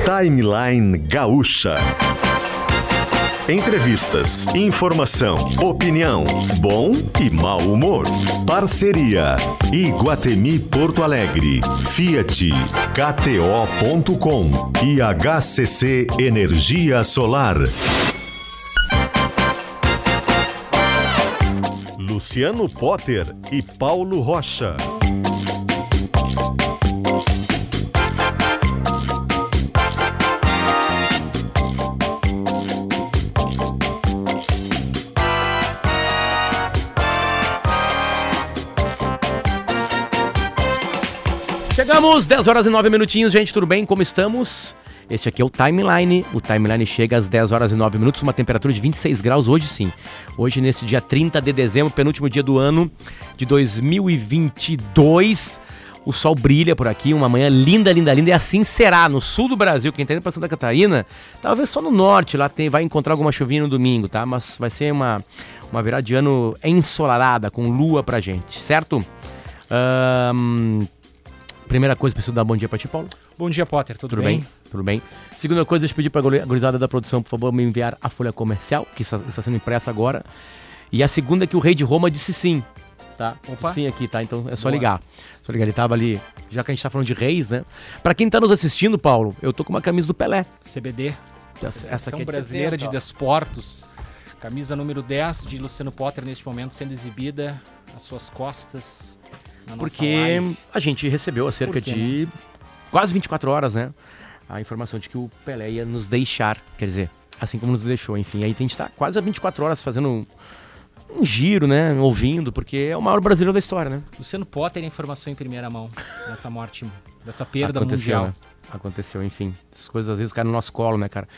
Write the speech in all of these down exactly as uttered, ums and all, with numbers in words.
Timeline Gaúcha. Entrevistas, informação, opinião, bom e mau humor. Parceria Iguatemi Porto Alegre, Fiat, K T O ponto com e H C C Energia Solar. Luciano Potter e Paulo Rocha. Chegamos, dez horas e nove minutinhos, gente, tudo bem? Como estamos? Este aqui é o Timeline, o Timeline chega às dez horas e nove minutos, uma temperatura de vinte e seis graus, hoje sim. Hoje, neste dia trinta de dezembro, penúltimo dia do ano de dois mil e vinte e dois, o sol brilha por aqui, uma manhã linda, linda, linda, e assim será no sul do Brasil. Quem tá indo pra Santa Catarina, talvez só no norte, lá tem, vai encontrar alguma chuvinha no domingo, tá? Mas vai ser uma, uma virada de ano ensolarada, com lua pra gente, certo? Ahn... Um... Primeira coisa, preciso dar um bom dia pra ti, Paulo. Bom dia, Potter. Tudo, Tudo bem? bem? Tudo bem. Segunda coisa, deixa eu pedir pra gurizada da produção, por favor, me enviar a folha comercial, que está, está sendo impressa agora. E a segunda é que o rei de Roma disse sim, tá? Opa. Sim aqui, tá? Então é só Boa. ligar. Só ligar, ele tava ali, já que a gente tá falando de reis, né? Pra quem tá nos assistindo, Paulo, eu tô com uma camisa do Pelé. C B D. Essa, essa aqui é de Brasileira de setenta, ó. Desportos. Camisa número dez de Luciano Potter, neste momento sendo exibida às suas costas. Na nossa Porque live. a gente recebeu há cerca Por quê, de quase vinte e quatro horas, né? A informação de que o Pelé ia nos deixar, quer dizer, assim como nos deixou, enfim. Aí a gente tá quase há vinte e quatro horas fazendo um, um giro, né? Ouvindo, porque é o maior brasileiro da história, né? Luciano Potter, informação em primeira mão nessa morte, dessa perda Aconteceu, mundial. né? Aconteceu, enfim. Essas coisas às vezes caem no nosso colo, né, cara?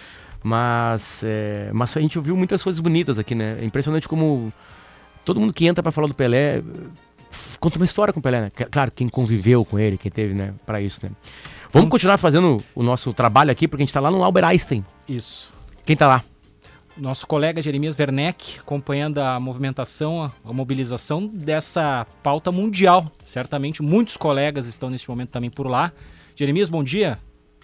Mas, é, mas a gente ouviu muitas coisas bonitas aqui, né? É impressionante como todo mundo que entra pra falar do Pelé conta uma história com o Pelé, né? Claro, quem conviveu com ele, quem teve, né, pra isso, né? Vamos continuar fazendo o nosso trabalho aqui, porque a gente tá lá no Albert Einstein. Isso. Quem tá lá? Nosso colega Jeremias Werneck, acompanhando a movimentação, a, a mobilização dessa pauta mundial. Certamente muitos colegas estão neste momento também por lá. Jeremias, bom dia.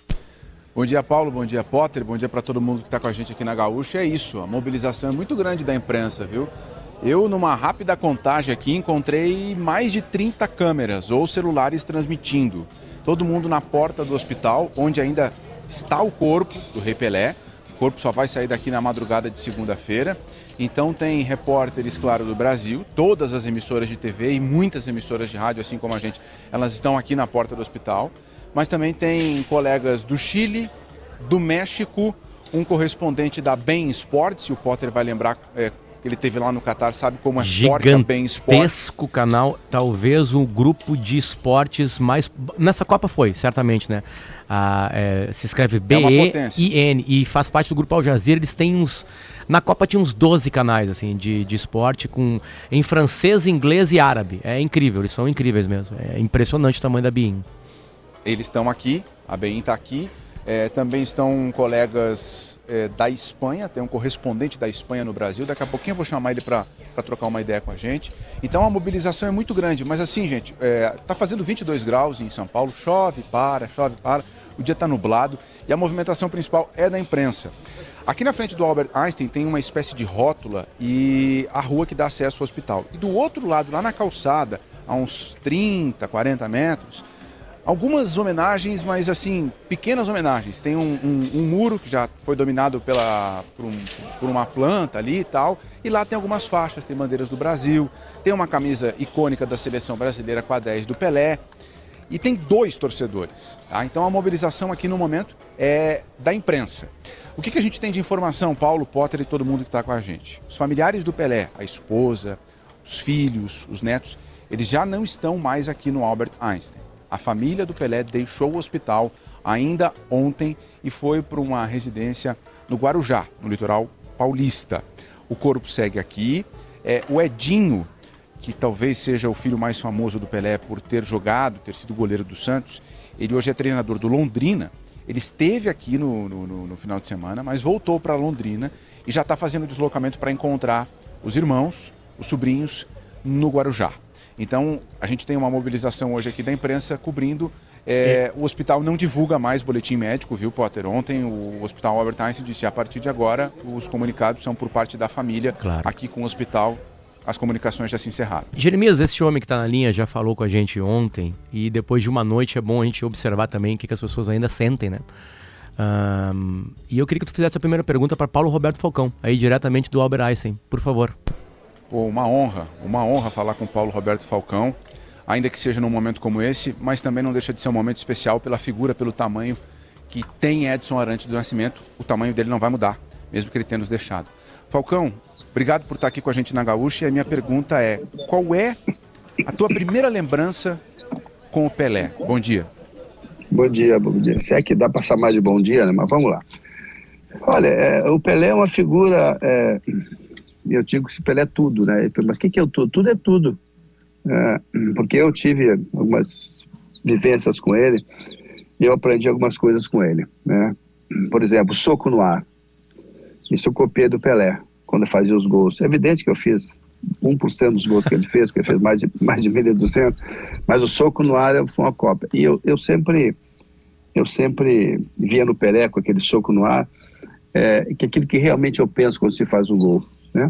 Bom dia, Paulo. Bom dia, Potter. Bom dia para todo mundo que está com a gente aqui na Gaúcha. É isso, a mobilização é muito grande da imprensa, viu? Eu, numa rápida contagem aqui, encontrei mais de trinta câmeras ou celulares transmitindo. Todo mundo na porta do hospital, onde ainda está o corpo do Rei Pelé. O corpo só vai sair daqui na madrugada de segunda-feira. Então tem repórteres, claro, do Brasil, todas as emissoras de T V e muitas emissoras de rádio, assim como a gente, elas estão aqui na porta do hospital. Mas também tem colegas do Chile, do México, um correspondente da Bein Sports, e o Potter vai lembrar... É, ele teve lá no Catar, sabe como é forte a Bein Sports. Gigantesco canal, talvez o grupo de esportes mais... Nessa Copa foi, certamente, né? Ah, é, se escreve B E I N e faz parte do grupo Al Jazeera. Eles têm uns... Na Copa tinha uns doze canais, assim, de, de esporte, com, em francês, inglês e árabe. É incrível, eles são incríveis mesmo. É impressionante o tamanho da Bein. Eles estão aqui, a Bein está aqui. É, também estão colegas... É, da Espanha, tem um correspondente da Espanha no Brasil, daqui a pouquinho eu vou chamar ele para trocar uma ideia com a gente. Então a mobilização é muito grande, mas assim, gente, é, tá fazendo vinte e dois graus em São Paulo, chove, para, chove, para, o dia está nublado e a movimentação principal é da imprensa. Aqui na frente do Albert Einstein tem uma espécie de rótula e a rua que dá acesso ao hospital. E do outro lado, lá na calçada, a uns trinta, quarenta metros, algumas homenagens, mas assim, pequenas homenagens. Tem um, um, um muro que já foi dominado pela, por, um, por uma planta ali e tal. E lá tem algumas faixas, tem bandeiras do Brasil, tem uma camisa icônica da seleção brasileira com a dez do Pelé. E tem dois torcedores. Tá? Então a mobilização aqui no momento é da imprensa. O que, que a gente tem de informação, Paulo, Potter e todo mundo que está com a gente? Os familiares do Pelé, a esposa, os filhos, os netos, eles já não estão mais aqui no Albert Einstein. A família do Pelé deixou o hospital ainda ontem e foi para uma residência no Guarujá, no litoral paulista. O corpo segue aqui. É, o Edinho, que talvez seja o filho mais famoso do Pelé por ter jogado, ter sido goleiro do Santos, ele hoje é treinador do Londrina. Ele esteve aqui no, no, no final de semana, mas voltou para Londrina e já está fazendo o deslocamento para encontrar os irmãos, os sobrinhos, no Guarujá. Então, a gente tem uma mobilização hoje aqui da imprensa cobrindo É, o hospital não divulga mais boletim médico, viu, Potter? Ontem o Hospital Albert Einstein disse, a partir de agora, os comunicados são por parte da família. Claro. Aqui com o hospital, as comunicações já se encerraram. Jeremias, esse homem que está na linha já falou com a gente ontem, e depois de uma noite é bom a gente observar também o que, que as pessoas ainda sentem, né? Um, e eu queria que tu fizesse a primeira pergunta para Paulo Roberto Falcão, aí diretamente do Albert Einstein, por favor. Pô, uma honra, uma honra falar com o Paulo Roberto Falcão, ainda que seja num momento como esse, mas também não deixa de ser um momento especial pela figura, pelo tamanho que tem Edson Arantes do Nascimento. O tamanho dele não vai mudar, mesmo que ele tenha nos deixado. Falcão, obrigado por estar aqui com a gente na Gaúcha, e a minha pergunta é, qual é a tua primeira lembrança com o Pelé? Bom dia. Bom dia, bom dia. Se é que dá para chamar de bom dia, né? Mas vamos lá. Olha, é, o Pelé é uma figura, é, eu digo que esse Pelé é tudo, né? Mas o que, que é o tudo? Tudo é tudo. É, porque eu tive algumas vivências com ele e eu aprendi algumas coisas com ele, né? Por exemplo, soco no ar. Isso eu copiei do Pelé, quando eu fazia os gols. É evidente que eu fiz um por cento dos gols que ele fez, porque ele fez mais de, mais de mil e duzentos, mas o soco no ar foi uma cópia. E eu, eu, sempre, eu sempre via no Pelé, com aquele soco no ar, é, que aquilo que realmente eu penso quando se faz um gol, né?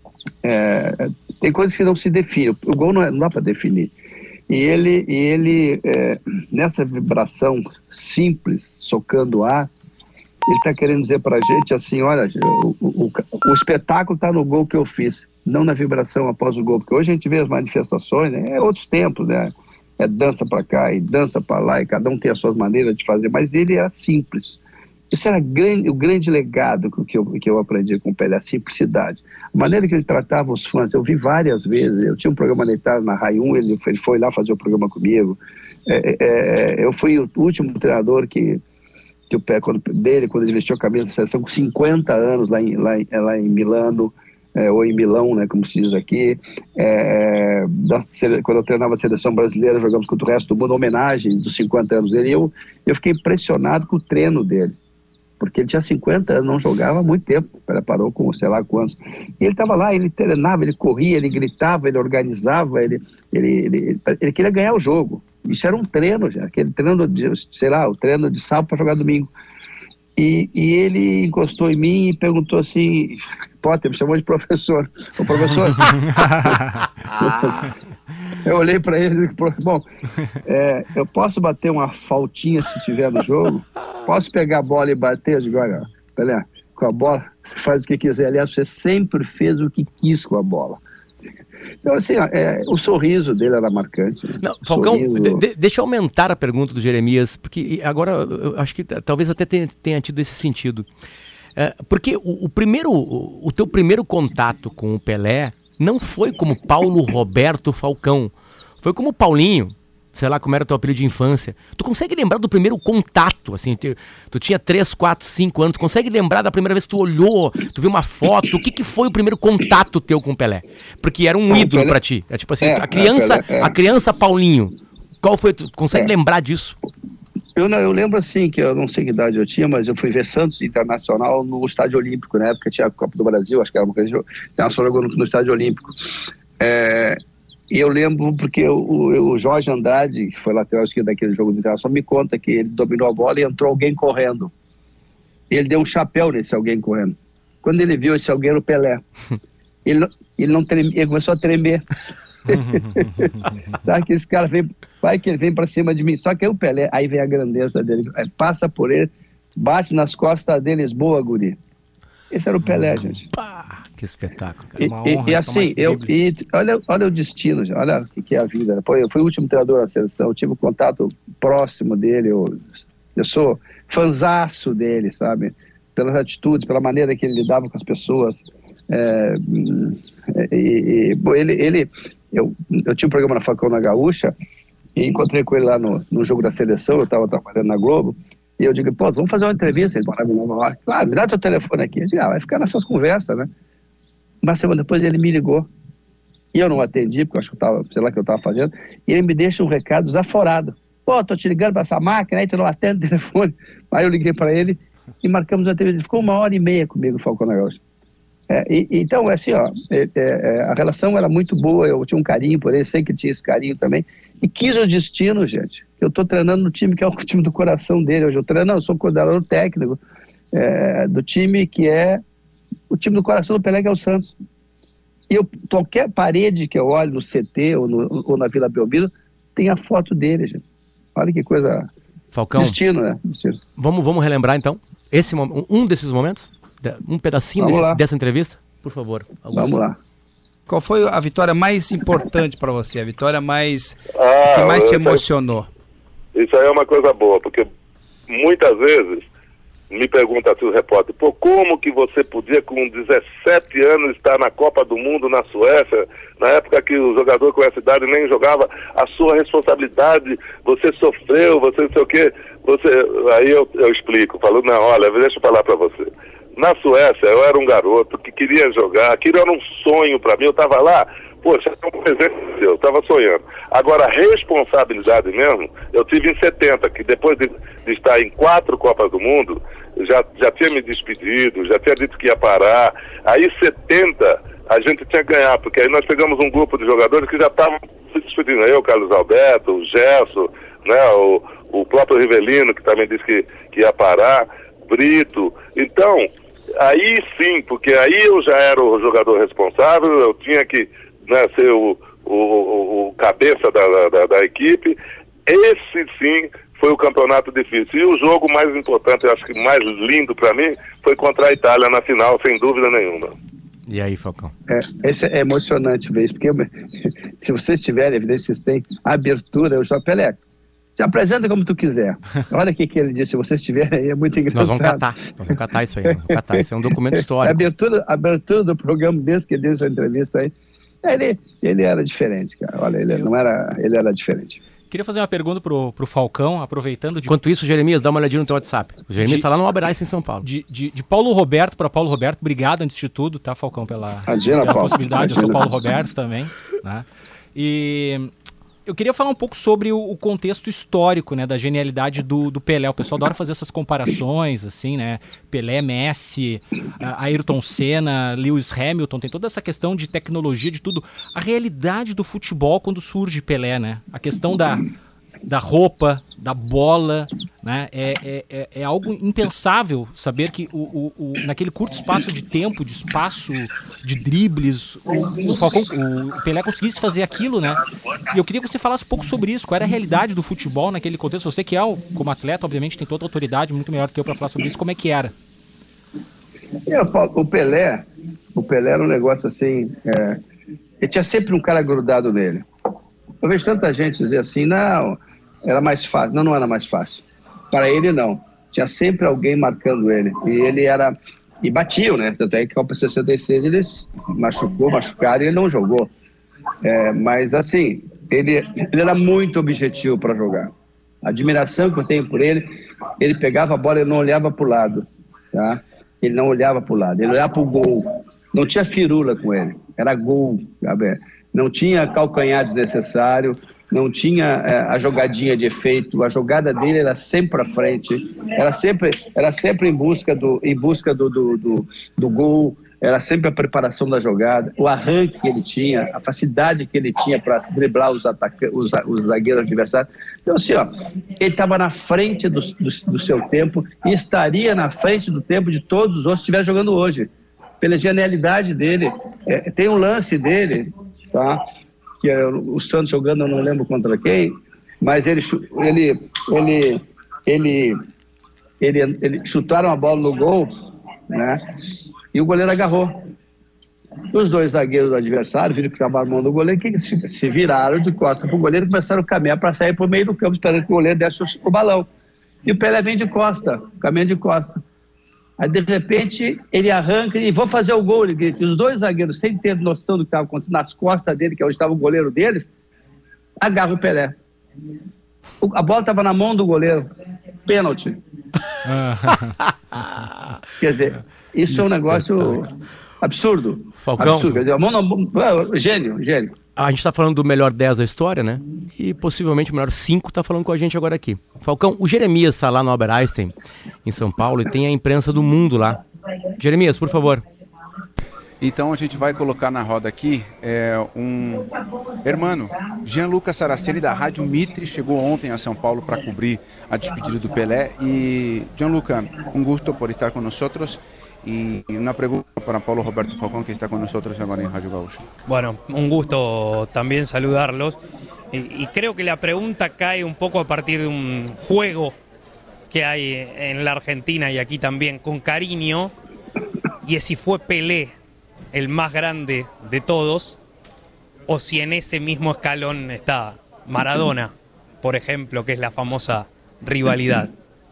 É, tem coisas que não se definem, o gol não, é, não dá para definir. E ele, e ele é, nessa vibração simples, socando o ar, ele está querendo dizer para a gente assim, olha, o, o, o espetáculo está no gol que eu fiz, não na vibração após o gol, porque hoje a gente vê as manifestações, né, é outros tempos, né, é dança para cá e dança para lá, e cada um tem as suas maneiras de fazer, mas ele era simples. Isso era grande, o grande legado que eu, que eu aprendi com o Pelé, a simplicidade. A maneira que ele tratava os fãs, eu vi várias vezes, eu tinha um programa deitado na Rai um, ele foi, ele foi lá fazer o programa comigo, é, é, eu fui o último treinador que, que o Pelé, quando, dele, quando ele vestiu a camisa da seleção, com cinquenta anos lá em, lá em, lá em Milano, é, ou em Milão, né, como se diz aqui, é, da, quando eu treinava a seleção brasileira, jogamos contra o resto do mundo, homenagem dos cinquenta anos dele, e eu, eu fiquei impressionado com o treino dele. Porque ele tinha cinquenta anos, não jogava há muito tempo, ele parou com sei lá quantos. E ele estava lá, ele treinava, ele corria, ele gritava, ele organizava, ele, ele, ele, ele queria ganhar o jogo. Isso era um treino, já, aquele treino de, sei lá, o treino de sábado para jogar domingo. E, e ele encostou em mim e perguntou assim, Potter, me chamou de professor. Ô professor, eu olhei para ele e disse, bom, é, eu posso bater uma faltinha se tiver no jogo? Posso pegar a bola e bater? Eu digo, olha, Pelé, com a bola, você faz o que quiser. Aliás, você sempre fez o que quis com a bola. Então, assim, ó, é, o sorriso dele era marcante. Né? Não, Falcão, sorriso... de, de, deixa eu aumentar a pergunta do Jeremias, porque agora eu acho que talvez até tenha, tenha tido esse sentido. É, porque o, o, primeiro, o, o teu primeiro contato com o Pelé não foi como Paulo Roberto Falcão, foi como Paulinho, sei lá como era o teu apelido de infância. Tu consegue lembrar do primeiro contato, assim, tu, tu tinha três, quatro, cinco anos, tu consegue lembrar da primeira vez que tu olhou, tu viu uma foto, o que que foi o primeiro contato teu com o Pelé? Porque era um Não, ídolo Pelé... pra ti, é tipo assim, é, a criança, é, Pelé, é. a criança Paulinho, qual foi, tu consegue é. lembrar disso? Eu, não, eu lembro assim, que eu não sei que idade eu tinha, mas eu fui ver Santos Internacional no Estádio Olímpico, na época tinha a Copa do Brasil, acho que era uma coisa, Internacional jogou no, no Estádio Olímpico. É, e eu lembro porque o, o Jorge Andrade, que foi lateral esquerdo daquele jogo do Internacional, me conta que ele dominou a bola e entrou alguém correndo. Ele deu um chapéu nesse alguém correndo. Quando ele viu esse alguém, era o Pelé. Ele, ele, não treme, ele começou a tremer. Sabe que esse cara vem, vai que ele vem pra cima de mim, só que aí o Pelé, aí vem a grandeza dele, passa por ele, bate nas costas deles, boa guri. Esse era o Pelé, gente. Pá, que espetáculo, cara. E, e, e assim, eu, e, olha, olha o destino, olha o que, que é a vida. Pô, eu fui o último treinador da seleção, eu tive um contato próximo dele, eu, eu sou fanzaço dele, sabe? Pelas atitudes, pela maneira que ele lidava com as pessoas. É, e, e, bom, ele, ele eu, eu tinha um programa na Falcão na Gaúcha e encontrei com ele lá no, no jogo da seleção, eu estava trabalhando na Globo, e eu digo, pô, vamos fazer uma entrevista, ele morava em Nova York, claro, me dá teu telefone aqui, eu digo, ah, vai ficar nessas conversas, né? Uma semana depois ele me ligou, e eu não atendi, porque eu acho que eu tava, sei lá o que eu estava fazendo, e ele me deixa um recado desaforado, pô, tô te ligando para essa máquina, aí tu não atende o telefone, aí eu liguei para ele, e marcamos a entrevista, ele ficou uma hora e meia comigo, Falcão na Gaúcha. É, e, então, assim, ó, é, é, a relação era muito boa, eu tinha um carinho por ele, sei que tinha esse carinho também, e quis o destino, gente. Eu estou treinando no time que é o time do coração dele, hoje eu treino, não, eu sou coordenador técnico é, do time que é o time do coração do Pelé, que é o Santos. E eu, qualquer parede que eu olho no C T ou, no, ou na Vila Belmiro, tem a foto dele, gente. Olha que coisa... Falcão, destino, né? Destino. Vamos, vamos relembrar, então, esse, um desses momentos? Um pedacinho desse, dessa entrevista, por favor, Augusto. Vamos lá. Qual foi a vitória mais importante para você? A vitória mais ah, que mais te emocionou? Isso aí é uma coisa boa, porque muitas vezes me pergunta assim o repórter, pô, como que você podia com dezessete anos estar na Copa do Mundo na Suécia, na época que o jogador com essa idade nem jogava, a sua responsabilidade, você sofreu, você não sei o quê, você... aí eu, eu explico, falo, não, olha, deixa eu falar para você. Na Suécia, eu era um garoto que queria jogar, aquilo era um sonho para mim, eu estava lá, poxa, é um presente de Deus, eu estava sonhando. Agora, a responsabilidade mesmo, eu tive em setenta, que depois de, de estar em quatro Copas do Mundo, já, já tinha me despedido, já tinha dito que ia parar. Aí, setenta, a gente tinha que ganhar, porque aí nós pegamos um grupo de jogadores que já estavam se despedindo. Eu, Carlos Alberto, o Gerson, né, o, o próprio Rivelino, que também disse que, que ia parar, Brito. Então... aí sim, porque aí eu já era o jogador responsável, eu tinha que, né, ser o, o, o cabeça da, da, da equipe. Esse sim foi o campeonato difícil. E o jogo mais importante, eu acho que mais lindo para mim, foi contra a Itália na final, sem dúvida nenhuma. E aí, Falcão? É, esse é emocionante ver isso, porque se vocês tiverem, evidência, vocês têm abertura, eu já Pelé. Te apresenta como tu quiser. Olha o que, que ele disse, se vocês tiverem aí, é muito engraçado. Nós vamos catar, nós vamos catar isso aí, nós vamos catar, isso é um documento histórico. A abertura, a abertura do programa desse que ele deu essa entrevista aí, ele, ele era diferente, cara. Olha, ele, não era, ele era diferente. Queria fazer uma pergunta pro, pro Falcão, aproveitando de... Enquanto isso, Jeremias, dá uma olhadinha no teu WhatsApp. O Jeremias está lá no Albert Einstein, em São Paulo. De, de, de Paulo Roberto para Paulo Roberto, obrigado antes de tudo, tá, Falcão, pela, Imagina, pela Paulo. possibilidade. Imagina. Eu sou Paulo Roberto também, né? E... eu queria falar um pouco sobre o, o contexto histórico, né, da genialidade do, do Pelé. O pessoal adora fazer essas comparações, assim, né? Pelé, Messi, Ayrton Senna, Lewis Hamilton, tem toda essa questão de tecnologia, de tudo. A realidade do futebol quando surge Pelé, né? A questão da, da roupa, da bola, né? É, é, é algo impensável saber que o, o, o, naquele curto espaço de tempo, de espaço de dribles, o, o, Falcão, o Pelé conseguisse fazer aquilo, né? E eu queria que você falasse um pouco sobre isso, qual era a realidade do futebol naquele contexto. Você que é, como atleta, obviamente, tem toda a autoridade, muito melhor do que eu para falar sobre isso, como é que era? É, o Pelé, o Pelé era um negócio assim, é, ele tinha sempre um cara grudado nele. Eu vejo tanta gente dizer assim, não, era mais fácil. Não, não era mais fácil. Para ele, não. Tinha sempre alguém marcando ele. E ele era... e batiam, né? Tanto é que a Copa sessenta e seis ele machucou, machucaram e ele não jogou. É, mas, assim, ele, ele era muito objetivo para jogar. A admiração que eu tenho por ele, ele pegava a bola e não olhava para o lado, tá? Ele não olhava para o lado, ele olhava para o gol. Não tinha firula com ele, era gol, sabe? Não tinha calcanhar desnecessário, não tinha é, a jogadinha de efeito, a jogada dele era sempre para frente, era sempre, era sempre em busca, do, em busca do, do, do, do gol, era sempre a preparação da jogada, o arranque que ele tinha, a facilidade que ele tinha para driblar os, ataca- os, os zagueiros adversários. Então, assim, ó, ele estava na frente do, do, do seu tempo e estaria na frente do tempo de todos os outros que estiver jogando hoje, pela genialidade dele. É, tem um lance dele, tá? Que é o Santos jogando, eu não lembro contra quem, mas ele, ele, ele, ele, ele, ele chutaram a bola no gol, né? E o goleiro agarrou. Os dois zagueiros do adversário viram que estava armando o goleiro, que se, se viraram de costas para o goleiro e começaram a caminhar para sair para o meio do campo, esperando que o goleiro desse o balão. E o Pelé vem de costa, caminhando de costa. Aí, de repente, ele arranca e vou fazer o gol, ele grita. E os dois zagueiros, sem ter noção do que estava acontecendo, nas costas dele, que é onde estava o goleiro deles, agarra o Pelé. O, a bola estava na mão do goleiro. Pênalti. Quer dizer, isso é um negócio absurdo. Falcão. Absurdo. Quer dizer, a mão na... Gênio, gênio. A gente está falando do melhor dez da história, né? E possivelmente o melhor cinco está falando com a gente agora aqui. Falcão, o Jeremias está lá no Albert Einstein, em São Paulo, e tem a imprensa do mundo lá. Jeremias, por favor. Então a gente vai colocar na roda aqui é, um hermano, Gianluca Saraceni, da Rádio Mitre, chegou ontem a São Paulo para cobrir a despedida do Pelé. E Gianluca, um gusto por estar com nós. Y una pregunta para Paulo Roberto Falcón, que está con nosotros ahora en Radio Gaúcho. Bueno, un gusto también saludarlos. Y, y creo que la pregunta cae un poco a partir de un juego que hay en la Argentina y aquí también, con cariño, y es si fue Pelé el más grande de todos, o si en ese mismo escalón está Maradona, por ejemplo, que es la famosa rivalidad.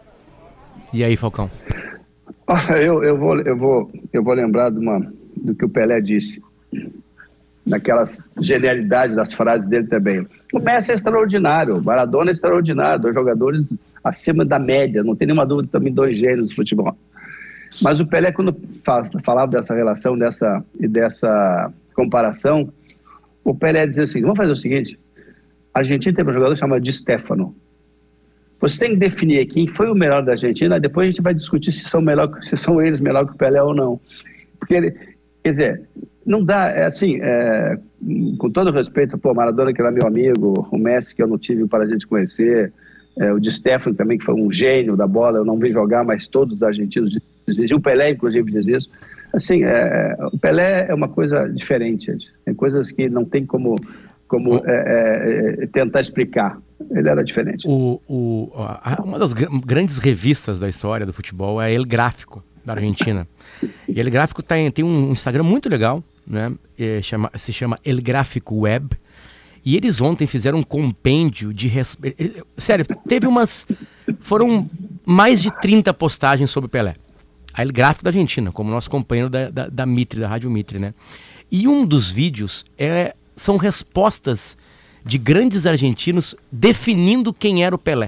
E aí, Falcão? Ah, eu, eu, vou, eu, vou, eu vou lembrar de uma, do que o Pelé disse, naquelas genialidades das frases dele também. O Messi é extraordinário, o Maradona é extraordinário, dois jogadores acima da média, não tem nenhuma dúvida, também dois gênios do futebol. Mas o Pelé, quando falava dessa relação dessa, e dessa comparação, o Pelé dizia assim, vamos fazer o seguinte, a Argentina teve um jogador chamado Di Stefano. Você tem que definir quem foi o melhor da Argentina, depois a gente vai discutir se são, melhor, se são eles melhor que o Pelé ou não. Porque, ele, quer dizer, não dá, é assim, é, com todo respeito, pô, Maradona, que era meu amigo, o Messi, que eu não tive o prazer de conhecer, é, o Di Stefano também, que foi um gênio da bola, eu não vi jogar, mas todos os argentinos dizem, o Pelé, inclusive, diz isso. Assim, é, o Pelé é uma coisa diferente, tem coisas que não tem como, como é, é, tentar explicar. Ele era diferente. O, o, a, uma das gr- grandes revistas da história do futebol é El Gráfico, da Argentina. E El Gráfico tá em, tem um Instagram muito legal, né? É, chama, se chama El Gráfico Web. E eles ontem fizeram um compêndio de... Res... Sério, teve umas... Foram mais de trinta postagens sobre o Pelé. A El Gráfico da Argentina, como nosso companheiro da, da, da Mitre, da Rádio Mitre, né? E um dos vídeos é, são respostas de grandes argentinos definindo quem era o Pelé.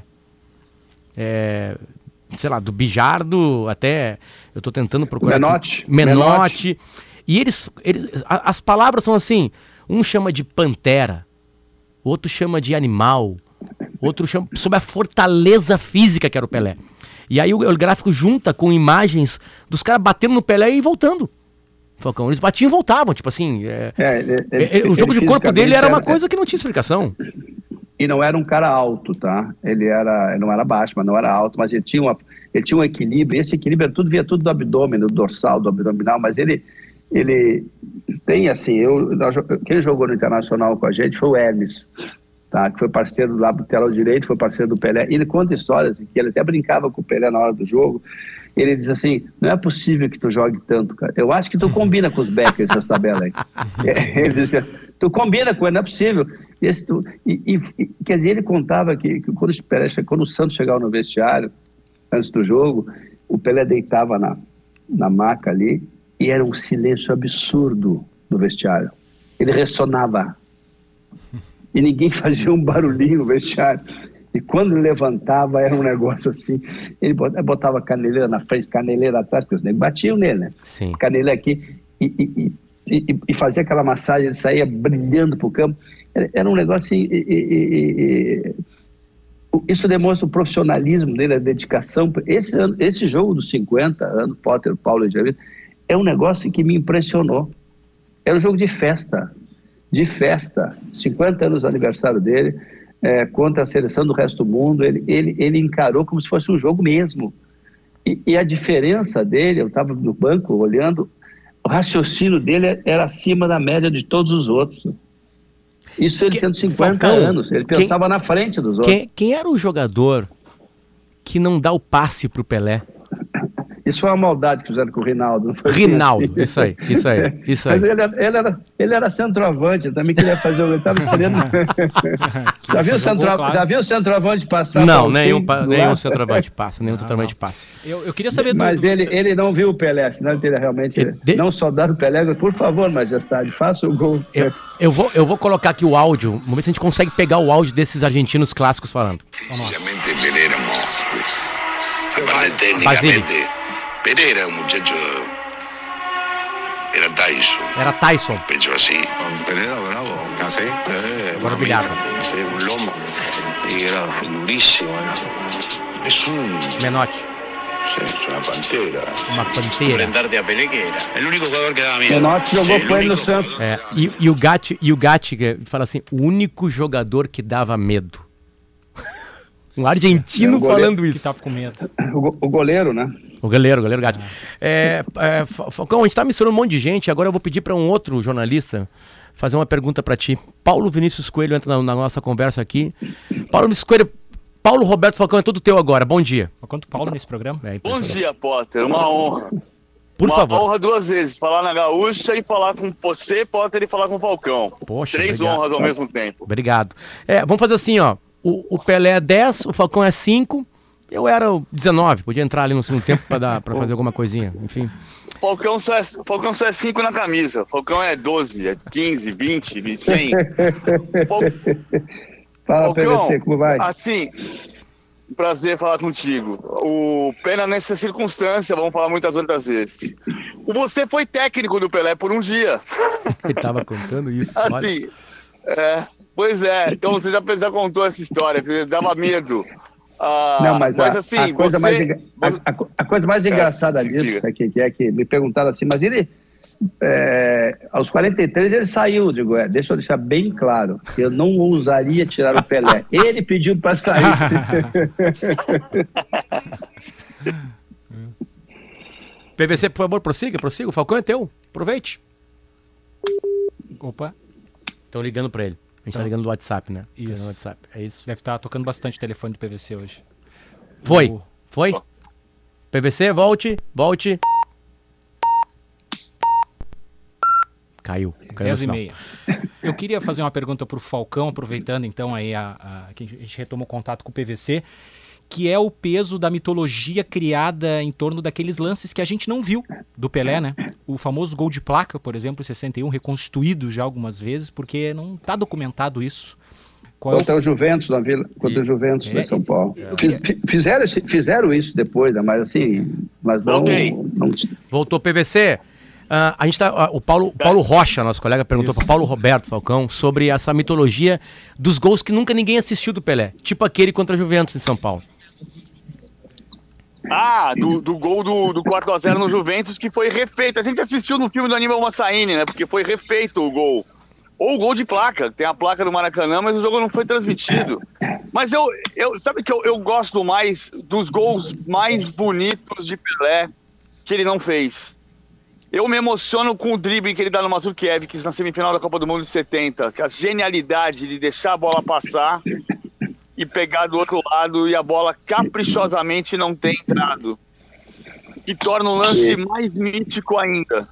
É, sei lá, do Bijardo até... Eu tô tentando procurar... Menotti. Aqui, Menotti. Menotti. E eles, eles... As palavras são assim... Um chama de pantera, outro chama de animal, outro chama sobre a fortaleza física que era o Pelé. E aí o, o gráfico junta com imagens dos caras batendo no Pelé e voltando. Falcão, eles batiam e voltavam, tipo assim... É, é, ele, ele, o jogo de corpo dele era uma coisa que não tinha explicação. E não era um cara alto, tá? Ele, era, ele não era baixo, mas não era alto, mas ele tinha, uma, ele tinha um equilíbrio, esse equilíbrio tudo, via tudo do abdômen, do dorsal, do abdominal, mas ele, ele tem assim, eu, quem jogou no Internacional com a gente foi o Hermes, tá? Que foi parceiro lá do lateral direito, foi parceiro do Pelé, e ele conta histórias, que ele até brincava com o Pelé na hora do jogo. Ele diz assim, não é possível que tu jogue tanto, cara. Eu acho que tu combina com os backers essas tabelas aí. Ele diz assim, tu combina com ele, não é possível. Esse, tu, e, e, quer dizer, ele contava que, que quando, o Pelé, quando o Santos chegava no vestiário, antes do jogo, o Pelé deitava na, na maca ali e era um silêncio absurdo no vestiário. Ele ressonava. E ninguém fazia um barulhinho no vestiário. E quando ele levantava, era um negócio assim, ele botava caneleira na frente, caneleira atrás, porque os negros batiam nele, né? Sim. Caneleira aqui, e, e, e, e fazia aquela massagem, ele saía brilhando pro campo. Era um negócio assim, e, e, e, isso demonstra o profissionalismo dele, a dedicação. Esse, ano, esse jogo dos cinquenta anos, Potter, Paulo e Jair, é um negócio que me impressionou. Era um jogo de festa, de festa, cinquenta anos do aniversário dele, É, contra a seleção do resto do mundo, ele, ele, ele encarou como se fosse um jogo mesmo. E, e a diferença dele, eu estava no banco olhando, o raciocínio dele era acima da média de todos os outros. Isso ele que, tendo cinquenta Falcão, anos, ele pensava quem, na frente dos outros. Quem, quem era o jogador que não dá o passe pro Pelé? Isso foi uma maldade que fizeram com o Rinaldo. Não foi Rinaldo, assim. isso aí, isso aí, isso aí. Mas ele, ele, era, ele era centroavante, também queria fazer o... Ele estava esperando... já, viu centro, um já viu o centroavante passar? Não, nenhum, pa, nenhum centroavante passa, nenhum ah, centroavante não. passa. Eu, eu queria saber... Mas do... ele, ele não viu o Pelé, senão ele teria realmente... De... Não só dado o Pelé, por favor, majestade, faça o gol. Eu, eu, vou, eu vou colocar aqui o áudio, vamos ver se a gente consegue pegar o áudio desses argentinos clássicos falando. Físicamente Pelé era monstro. Tecnicamente... Pelé era un muchacho, era Tyson. Era Tyson. Pecho así. Pelé era bravo. ¿Así? Eh, Por Bilardo. Sí, un lomo. Y era durísimo. Era. Es un... Menotti. es una pantera. Uma panteira. Enfrentarte a Pelé, que era el único jugador que daba miedo. O nosso jogou com ele no Santos. É, e, e o Gatti, e o Gatti que fala assim, o único jogador que dava medo. Um argentino É, o goleiro falando Que isso. tava com medo. O, go- o goleiro, né? O goleiro, o goleiro Gatti. É, é, Fa- Falcão, a gente tá misturando um monte de gente, agora eu vou pedir para um outro jornalista fazer uma pergunta para ti. Paulo Vinícius Coelho entra na, na nossa conversa aqui. Paulo Vinícius Coelho, Paulo Roberto Falcão, é tudo teu agora, bom dia. Quanto Paulo nesse programa? É, Bom dia, Potter. Uma honra. Por Uma favor. honra duas vezes. Falar na Gaúcha e falar com você, Potter, e falar com o Falcão. Poxa, Três obrigado. honras ao mesmo tempo. Obrigado. É, vamos fazer assim, ó. O, o Pelé é dez, o Falcão é cinco, eu era o dezenove, podia entrar ali no segundo tempo para dar para fazer alguma coisinha, enfim. Falcão só é, Falcão só é cinco na camisa. Falcão é doze, é quinze, vinte, cem. Fal... Fala, P V C, Falcão, como vai? assim, prazer falar contigo. O Pena nessa circunstância, vamos falar muitas outras vezes. Você foi técnico do Pelé por um dia. Ele tava contando isso. olha. Assim, é, pois é, então você já, já contou essa história, que dava medo. Ah, Não, mas, a, assim, a, coisa você, mais, enga- você- a, a- a coisa mais engraçada sim, disso, diga. sabe o que que é que me perguntaram assim, mas ele, é, aos quarenta e três ele saiu, digo, é, deixa eu deixar bem claro, eu não ousaria tirar o Pelé. Ele pediu para sair. P V C, por favor, prossiga, prossiga, o Falcão é teu, aproveite. Opa, Estão ligando para ele. A gente tá Então, ligando no WhatsApp, né? isso. No WhatsApp, é isso. deve estar tocando bastante telefone do P V C hoje. Foi, O- foi. P V C, volte, volte. Caiu. Caiu dez no e sinal. meia. Eu queria fazer uma pergunta pro Falcão, aproveitando então aí a, a, que a gente retomou contato com o P V C, que é o peso da mitologia criada em torno daqueles lances que a gente não viu do Pelé, né? O famoso gol de placa, por exemplo, em sessenta e um, reconstituído já algumas vezes, porque não tá documentado isso. Qual é o... Contra o Juventus na Vila, contra E- o Juventus é, em São Paulo. eu Fiz- fi- fizeram, esse- fizeram isso depois, né? Mas assim, mas não, Voltei. não, Voltou, P V C. Ah, a gente tá, ah, o Paulo, Paulo Rocha, nosso colega, perguntou para Paulo Roberto Falcão sobre essa mitologia dos gols que nunca ninguém assistiu do Pelé. Tipo aquele contra a Juventus em São Paulo. Ah, do, do gol do, do quatro a zero no Juventus, que foi refeito. A gente assistiu no filme do Aníbal Massaini, né? Porque foi refeito o gol. Ou o gol de placa, tem a placa do Maracanã, mas o jogo não foi transmitido. Mas eu, eu sabe que eu, eu gosto mais dos gols mais bonitos de Pelé que ele não fez. Eu me emociono com o drible que ele dá no Mazurkiewicz na semifinal da Copa do Mundo de setenta, que a genialidade de deixar a bola passar e pegar do outro lado e a bola caprichosamente não ter entrado. E torna o lance mais mítico ainda.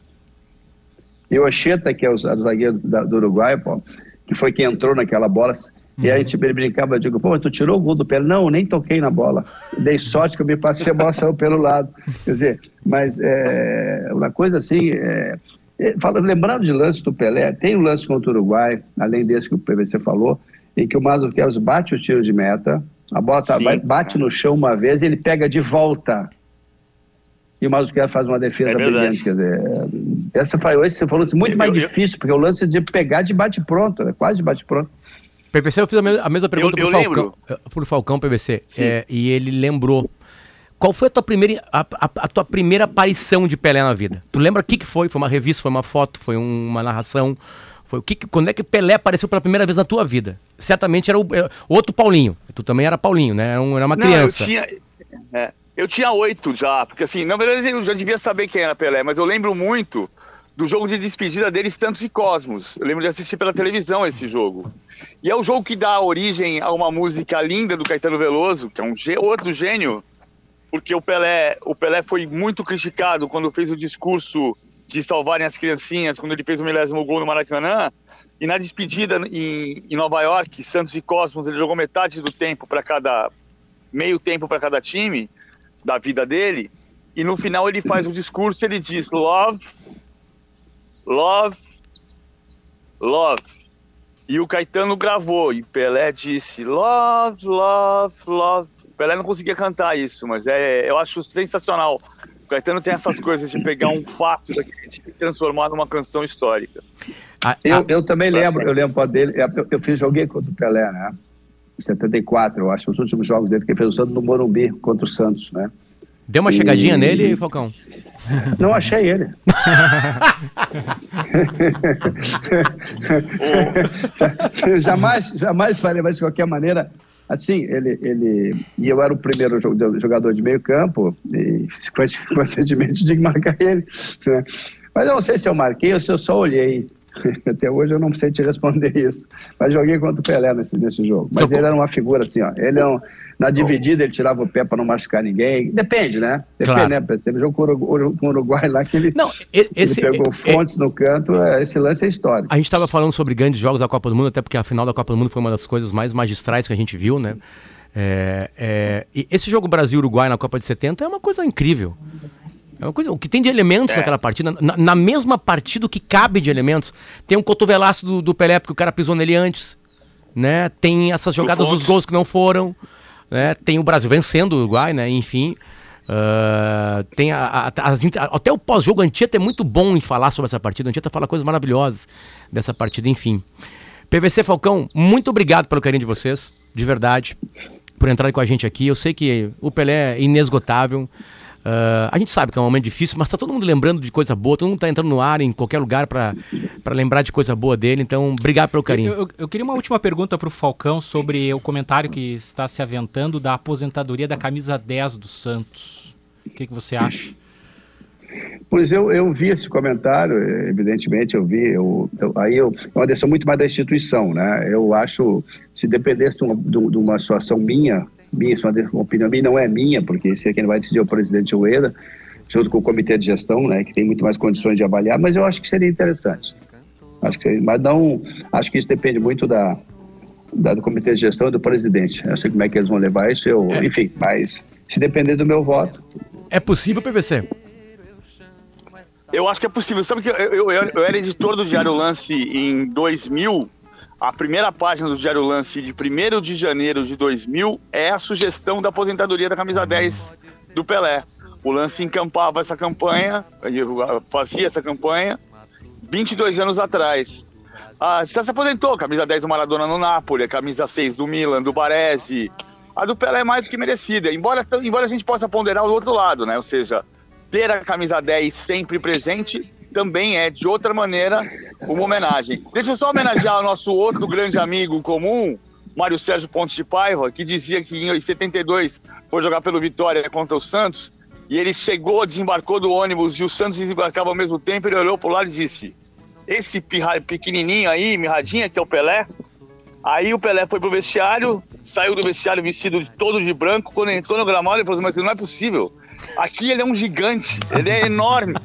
E o Anchieta, que é o zagueiro da- do Uruguai, pô, que foi quem entrou naquela bola, e aí a gente brincava, eu digo, pô, tu tirou o gol do Pelé? Não, eu nem toquei na bola. Dei sorte que eu me passei, a bola saiu pelo lado. Quer dizer, mas é, uma coisa assim, é, é, fala, lembrando de lances do Pelé, tem um lance contra o Uruguai, além desse que o P V C falou, em que o Mazurkiewicz bate o tiro de meta, a bola tá, Sim. vai- bate no chão uma vez e ele pega de volta. E o Mazurkiewicz faz uma defesa É verdade. brilhante, quer dizer, essa foi, esse você falou assim, muito Eu- mais eu- difícil, porque o lance de pegar de bate-pronto, né? Quase de bate-pronto. P V C, eu fiz a mesma, a mesma pergunta eu pro Falcão, lembro. eh, pro Falcão P V C, Sim. é, e ele lembrou. Qual foi a tua primeira, a, a- a tua primeira aparição de Pelé na vida? Tu lembra o que, que foi? Foi uma revista, foi uma foto, foi um- uma narração? Foi o que, que- quando é que Pelé apareceu pela primeira vez na tua vida? Certamente era o é, outro Paulinho. Tu também era Paulinho, né? Era, um- era uma Não, criança. eu tinha, é, eu tinha oito já, porque assim, na verdade eu já devia saber quem era Pelé, mas eu lembro muito do jogo de despedida dele, Santos e Cosmos. Eu lembro de assistir pela televisão esse jogo. E é o jogo que dá origem a uma música linda do Caetano Veloso, que é um gê- outro gênio, porque o Pelé, o Pelé foi muito criticado quando fez o discurso de salvarem as criancinhas, quando ele fez o milésimo gol no Maracanã, e na despedida em, em Nova York, Santos e Cosmos, ele jogou metade do tempo para cada, meio tempo para cada time da vida dele, e no final ele faz o discurso e ele diz love, love, love. E o Caetano gravou, e Pelé disse love, love, love. O Pelé não conseguia cantar isso, mas é, eu acho sensacional. O Caetano tem essas coisas de pegar um fato daquele tipo e transformar numa canção histórica. A- Eu, a- eu também lembro, eu lembro pô, dele, eu, eu fiz, joguei contra o Pelé, né? Em setenta e quatro, eu acho, os últimos jogos dele, que ele fez o Santos no Morumbi contra o Santos, né? Deu uma chegadinha e... nele, Falcão? Não achei ele. jamais, jamais faria, mas de qualquer maneira, assim, ele, ele, e eu era o primeiro jogador de meio campo, e consequentemente tinha que marcar ele, né? Mas eu não sei se eu marquei ou se eu só olhei. Até hoje eu não sei te responder isso. Mas joguei contra o Pelé nesse, nesse jogo. Mas ele era uma figura assim, ó. Ele é um, na dividida ele tirava o pé para não machucar ninguém. Depende, né? Depende, claro. Né? Teve jogo com o Uruguai lá que ele, não, esse, ele pegou é, fontes é, no canto. Esse lance é histórico. A gente estava falando sobre grandes jogos da Copa do Mundo, até porque a final da Copa do Mundo foi uma das coisas mais magistrais que a gente viu, né? É, é, e esse jogo Brasil-Uruguai na Copa de setenta é uma coisa incrível. É uma coisa, o que tem de elementos é. naquela partida, na, na mesma partida o que cabe de elementos, tem um cotovelaço do, do Pelé porque o cara pisou nele antes, né? Tem essas jogadas dos gols que não foram, né? Tem o Brasil vencendo o Uruguai, né? Enfim, uh, tem a, a, as, até o pós-jogo, a Anchieta é muito bom em falar sobre essa partida, a Anchieta fala coisas maravilhosas dessa partida, enfim. P V C Falcão, muito obrigado pelo carinho de vocês, de verdade, por entrarem com a gente aqui. Eu sei que o Pelé é inesgotável. Uh, a gente sabe que é um momento difícil, mas tá todo mundo lembrando de coisa boa, todo mundo tá entrando no ar em qualquer lugar para lembrar de coisa boa dele, então obrigado pelo carinho. Eu, eu, eu queria uma última pergunta pro Falcão sobre o comentário que está se aventando da aposentadoria da camisa dez do Santos. O que, que você acha? Pois eu, eu vi esse comentário, evidentemente eu vi, eu, eu, aí eu, é uma decisão muito mais da instituição, né? Eu acho, se dependesse de uma, de uma situação minha, minha, uma opinião minha, não é minha, porque isso é quem vai decidir é o presidente Ueda, junto com o comitê de gestão, né, que tem muito mais condições de avaliar, mas eu acho que seria interessante. Acho que seria, mas não, acho que isso depende muito da, da, do comitê de gestão e do presidente. Eu não sei como é que eles vão levar isso, eu, é. enfim, mas se depender do meu voto. É possível, P V C? Eu acho que é possível. Sabe que eu, eu, eu era editor do Diário Lance em dois mil. A primeira página do Diário Lance de primeiro de janeiro de dois mil é a sugestão da aposentadoria da camisa dez do Pelé. O Lance encampava essa campanha, fazia essa campanha vinte e dois anos atrás. Ah, já se aposentou, camisa dez do Maradona no Napoli, a camisa seis do Milan, do Baresi. A do Pelé é mais do que merecida, embora, embora a gente possa ponderar o outro lado, né? Ou seja, ter a camisa dez sempre presente também é, de outra maneira, uma homenagem. Deixa eu só homenagear o nosso outro grande amigo comum, Mário Sérgio Pontes de Paiva, que dizia que em setenta e dois foi jogar pelo Vitória contra o Santos, e ele chegou, desembarcou do ônibus e o Santos desembarcava ao mesmo tempo, ele olhou pro lado e disse: esse pirra, pequenininho aí, mirradinha, que é o Pelé. Aí o Pelé foi pro vestiário, saiu do vestiário vestido de todo de branco, quando entrou no gramado ele falou assim: mas não é possível, aqui ele é um gigante, ele é enorme.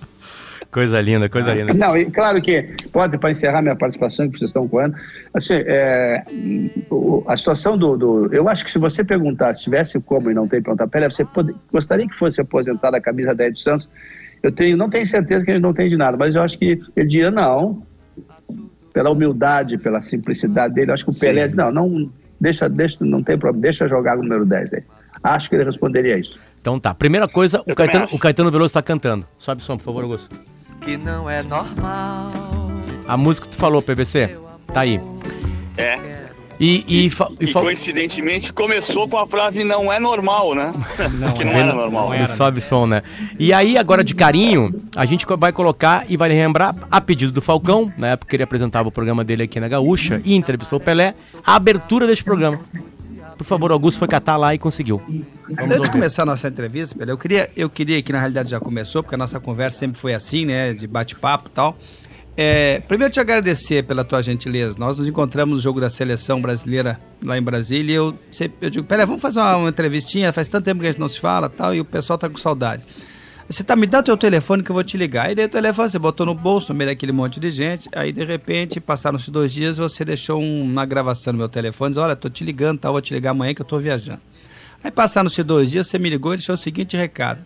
Coisa linda, coisa linda. Não, e claro que, pode, para encerrar minha participação, que vocês estão coando, assim, é, o, a situação do, do... Eu acho que se você perguntar, se tivesse como e não tem perguntar, Pelé, você pode, gostaria que fosse aposentado a camisa dez do Santos? Eu tenho, não tenho certeza que ele não tem de nada, mas eu acho que ele diria não, pela humildade, pela simplicidade dele, eu acho que o Sim. Pelé, não, não, deixa, deixa, não tem problema, deixa jogar o número dez aí. Acho que ele responderia isso. Então tá, primeira coisa, o Caetano, o Caetano Veloso está cantando. Sobe o som, por favor, Augusto. Que não é normal. A música que tu falou, P V C, tá aí. É. E, e, e, fa- e fa- coincidentemente começou com a frase não é normal, né? Não, que não era normal. Não era, sobe som, né? E aí, agora de carinho, a gente vai colocar e vai lembrar, a pedido do Falcão, na época que ele apresentava o programa dele aqui na Gaúcha e entrevistou o Pelé, a abertura deste programa. Por favor, Augusto foi catar lá e conseguiu. Vamos Antes ouvir. de começar a nossa entrevista, Pelé, eu queria, eu queria que na realidade já começou, porque a nossa conversa sempre foi assim, né, de bate-papo e tal. É, primeiro te agradecer pela tua gentileza. Nós nos encontramos no jogo da seleção brasileira lá em Brasília e eu, sempre, eu digo, Pelé, vamos fazer uma, uma entrevistinha, faz tanto tempo que a gente não se fala tal, e o pessoal tá com saudade. Você tá, me dá o teu telefone que eu vou te ligar. Aí daí o telefone você botou no bolso, no meio daquele monte de gente. Aí de repente, passaram-se dois dias, você deixou um, uma gravação no meu telefone. Diz, olha, tô te ligando, tá, vou te ligar amanhã que eu tô viajando. Aí passaram-se dois dias, você me ligou e deixou o seguinte recado: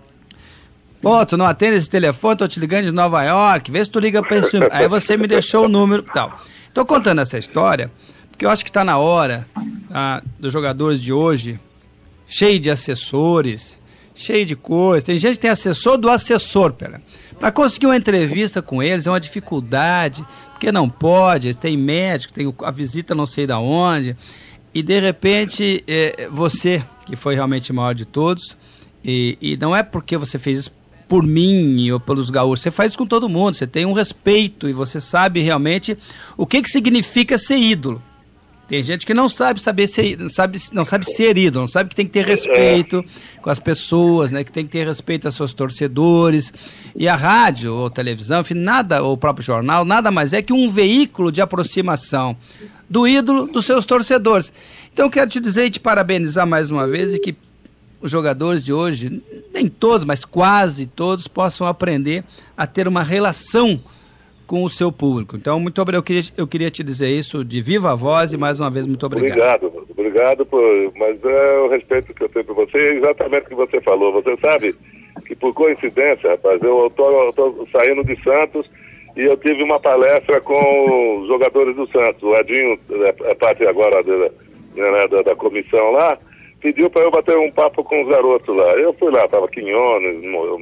pô, tu não atende esse telefone, tô te ligando de Nova York, vê se tu liga pra esse número. Aí você me deixou o número e tal. Tô contando essa história porque eu acho que tá na hora, tá, dos jogadores de hoje, cheio de assessores, cheio de coisa. Tem gente que tem assessor do assessor, pera. Para conseguir uma entrevista com eles é uma dificuldade, porque não pode, tem médico, tem a visita não sei da onde, e de repente é, você, que foi realmente o maior de todos, E, e não é porque você fez isso por mim ou pelos gaúchos, você faz isso com todo mundo, você tem um respeito e você sabe realmente o que, que significa ser ídolo. Tem gente que não sabe saber ser, não sabe, não sabe ser ídolo, não sabe que tem que ter respeito com as pessoas, né? Que tem que ter respeito aos seus torcedores. E a rádio ou televisão, enfim, nada, ou o próprio jornal, nada mais é que um veículo de aproximação do ídolo dos seus torcedores. Então eu quero te dizer e te parabenizar mais uma vez e que os jogadores de hoje, nem todos, mas quase todos, possam aprender a ter uma relação com o seu público. Então, muito obrigado. Eu queria, eu queria te dizer isso de viva voz e mais uma vez, muito obrigado. Obrigado, obrigado, por, mas é o respeito que eu tenho por você, é exatamente o que você falou. Você sabe que por coincidência, rapaz, eu estou saindo de Santos e eu tive uma palestra com os jogadores do Santos. O Edinho, é parte agora da, né, da, da comissão lá, pediu para eu bater um papo com os garotos lá. Eu fui lá, tava Quinones,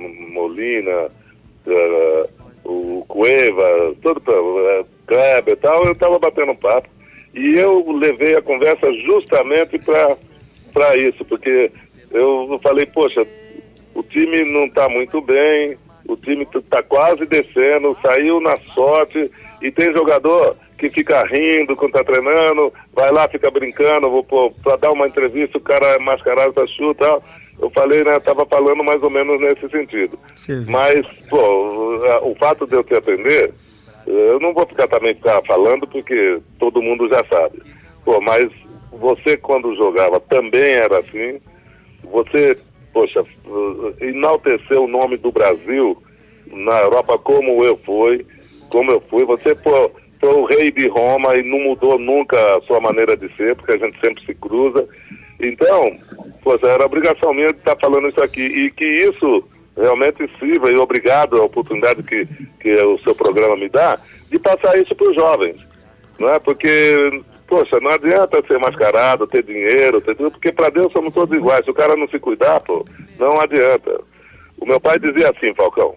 Molina, uh, o Cueva, todo uh, Kleber e tal, eu tava batendo um papo. E eu levei a conversa justamente para isso, porque eu falei, poxa, o time não está muito bem, o time está quase descendo, saiu na sorte, e tem jogador que fica rindo quando está treinando, vai lá, fica brincando, vou para dar uma entrevista, o cara é mascarado para chuta e tal. Eu falei, né, estava falando mais ou menos nesse sentido. Sim. Mas, pô, o fato de eu te atender, eu não vou ficar também ficar falando, porque todo mundo já sabe. Pô, mas você quando jogava também era assim, você, poxa, enalteceu o nome do Brasil na Europa como eu fui, como eu fui, você, pô, foi o rei de Roma e não mudou nunca a sua maneira de ser, porque a gente sempre se cruza. Então, poxa, era obrigação minha de estar falando isso aqui, e que isso realmente sirva, e obrigado a oportunidade que, que o seu programa me dá, de passar isso para os jovens, não é? Porque, poxa, não adianta ser mascarado, ter dinheiro, ter tudo, porque para Deus somos todos iguais. Se o cara não se cuidar, pô, não adianta. O meu pai dizia assim, Falcão,